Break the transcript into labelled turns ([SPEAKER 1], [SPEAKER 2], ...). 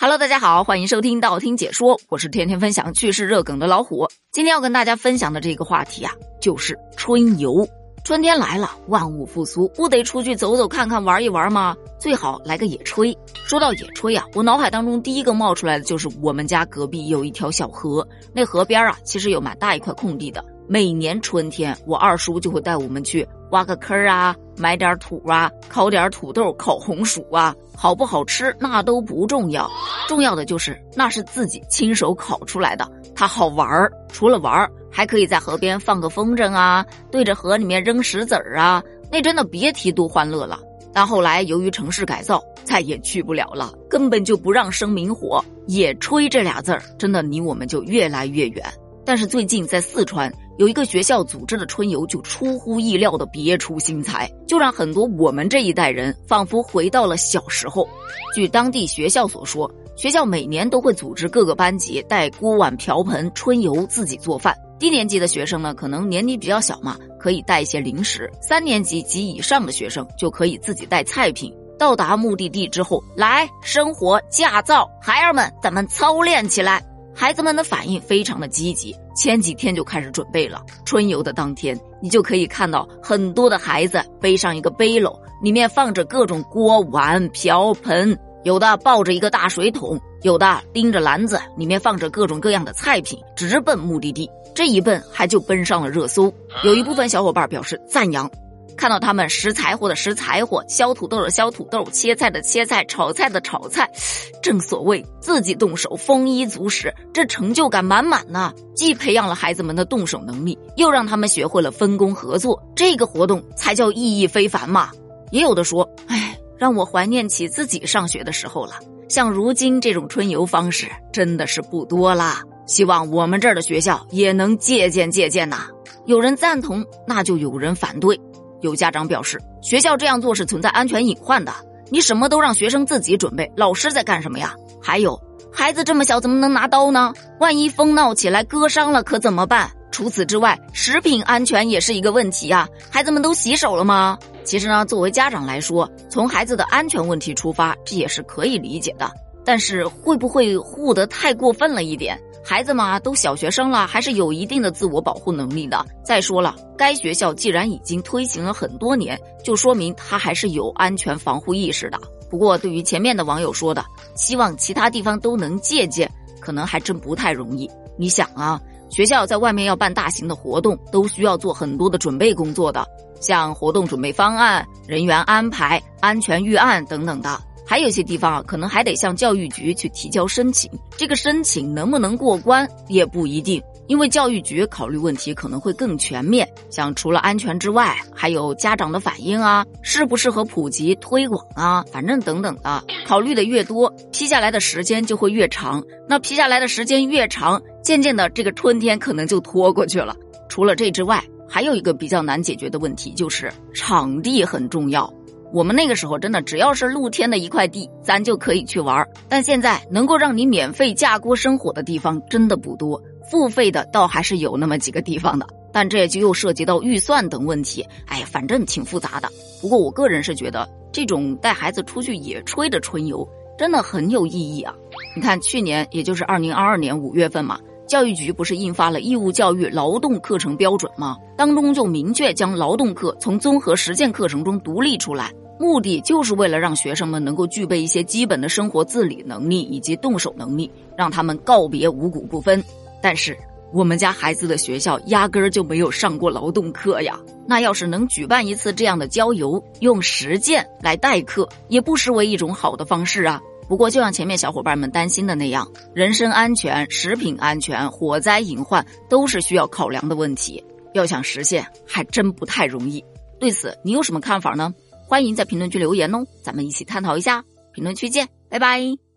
[SPEAKER 1] Hello， 大家好，欢迎收听道听解说，我是天天分享趣事热梗的老虎。今天要跟大家分享的这个话题啊，就是春游。春天来了，万物复苏，不得出去走走看看玩一玩吗？最好来个野炊。说到野炊啊，我脑海当中第一个冒出来的就是我们家隔壁有一条小河，那河边啊其实有蛮大一块空地的。每年春天我二叔就会带我们去挖个坑啊，买点土啊，烤点土豆，烤红薯啊，好不好吃那都不重要，重要的就是那是自己亲手烤出来的，它好玩儿。除了玩儿，还可以在河边放个风筝啊，对着河里面扔石子儿啊，那真的别提多欢乐了。但后来由于城市改造，再也去不了了，根本就不让生明火，野炊这俩字儿真的离我们就越来越远。但是最近在四川有一个学校组织的春游就出乎意料的别出心裁，就让很多我们这一代人仿佛回到了小时候。据当地学校所说，学校每年都会组织各个班级带锅碗瓢盆春游，自己做饭。低年级的学生呢，可能年纪比较小嘛，可以带一些零食；3年级及以上的学生就可以自己带菜品。到达目的地之后，来生火驾灶，孩儿们咱们操练起来。孩子们的反应非常的积极，前几天就开始准备了。春游的当天，你就可以看到很多的孩子背上一个背篓，里面放着各种锅碗瓢盆，有的抱着一个大水桶，有的拎着篮子，里面放着各种各样的菜品，直奔目的地。这一奔还就奔上了热搜，有一部分小伙伴表示赞扬，看到他们拾柴火的拾柴火，削土豆的削土豆，切菜的切菜，炒菜的炒菜，正所谓自己动手丰衣足食，这成就感满满呢。既培养了孩子们的动手能力，又让他们学会了分工合作，这个活动才叫意义非凡嘛。也有的说，让我怀念起自己上学的时候了，像如今这种春游方式真的是不多啦，希望我们这儿的学校也能借鉴借鉴呐。有人赞同，那就有人反对。有家长表示，学校这样做是存在安全隐患的，你什么都让学生自己准备，老师在干什么呀？还有，孩子这么小怎么能拿刀呢？万一疯闹起来割伤了可怎么办？除此之外，食品安全也是一个问题啊，孩子们都洗手了吗？其实呢，作为家长来说，从孩子的安全问题出发，这也是可以理解的，但是会不会护得太过分了一点？孩子嘛，都小学生了，还是有一定的自我保护能力的。再说了，该学校既然已经推行了很多年，就说明它还是有安全防护意识的。不过对于前面的网友说的，希望其他地方都能借鉴，可能还真不太容易。你想啊，学校在外面要办大型的活动，都需要做很多的准备工作的，像活动准备方案、人员安排、安全预案等等的。还有些地方啊，可能还得向教育局去提交申请，这个申请能不能过关也不一定，因为教育局考虑问题可能会更全面，像除了安全之外，还有家长的反应啊，适不适合普及推广啊，反正等等的，考虑的越多，批下来的时间就会越长，那批下来的时间越长，渐渐的这个春天可能就拖过去了。除了这之外，还有一个比较难解决的问题，就是场地很重要。我们那个时候真的只要是露天的一块地，咱就可以去玩，但现在能够让你免费架锅生火的地方真的不多，付费的倒还是有那么几个地方的，但这就又涉及到预算等问题，反正挺复杂的。不过我个人是觉得这种带孩子出去野炊的春游真的很有意义啊。你看去年也就是2022年5月份嘛，教育局不是印发了义务教育劳动课程标准吗？当中就明确将劳动课从综合实践课程中独立出来，目的就是为了让学生们能够具备一些基本的生活自理能力以及动手能力，让他们告别五谷不分。但是我们家孩子的学校压根儿就没有上过劳动课呀，那要是能举办一次这样的郊游，用实践来代课，也不失为一种好的方式啊。不过就像前面小伙伴们担心的那样，人身安全、食品安全、火灾隐患都是需要考量的问题，要想实现还真不太容易。对此你有什么看法呢？欢迎在评论区留言哦，咱们一起探讨一下。评论区见，拜拜。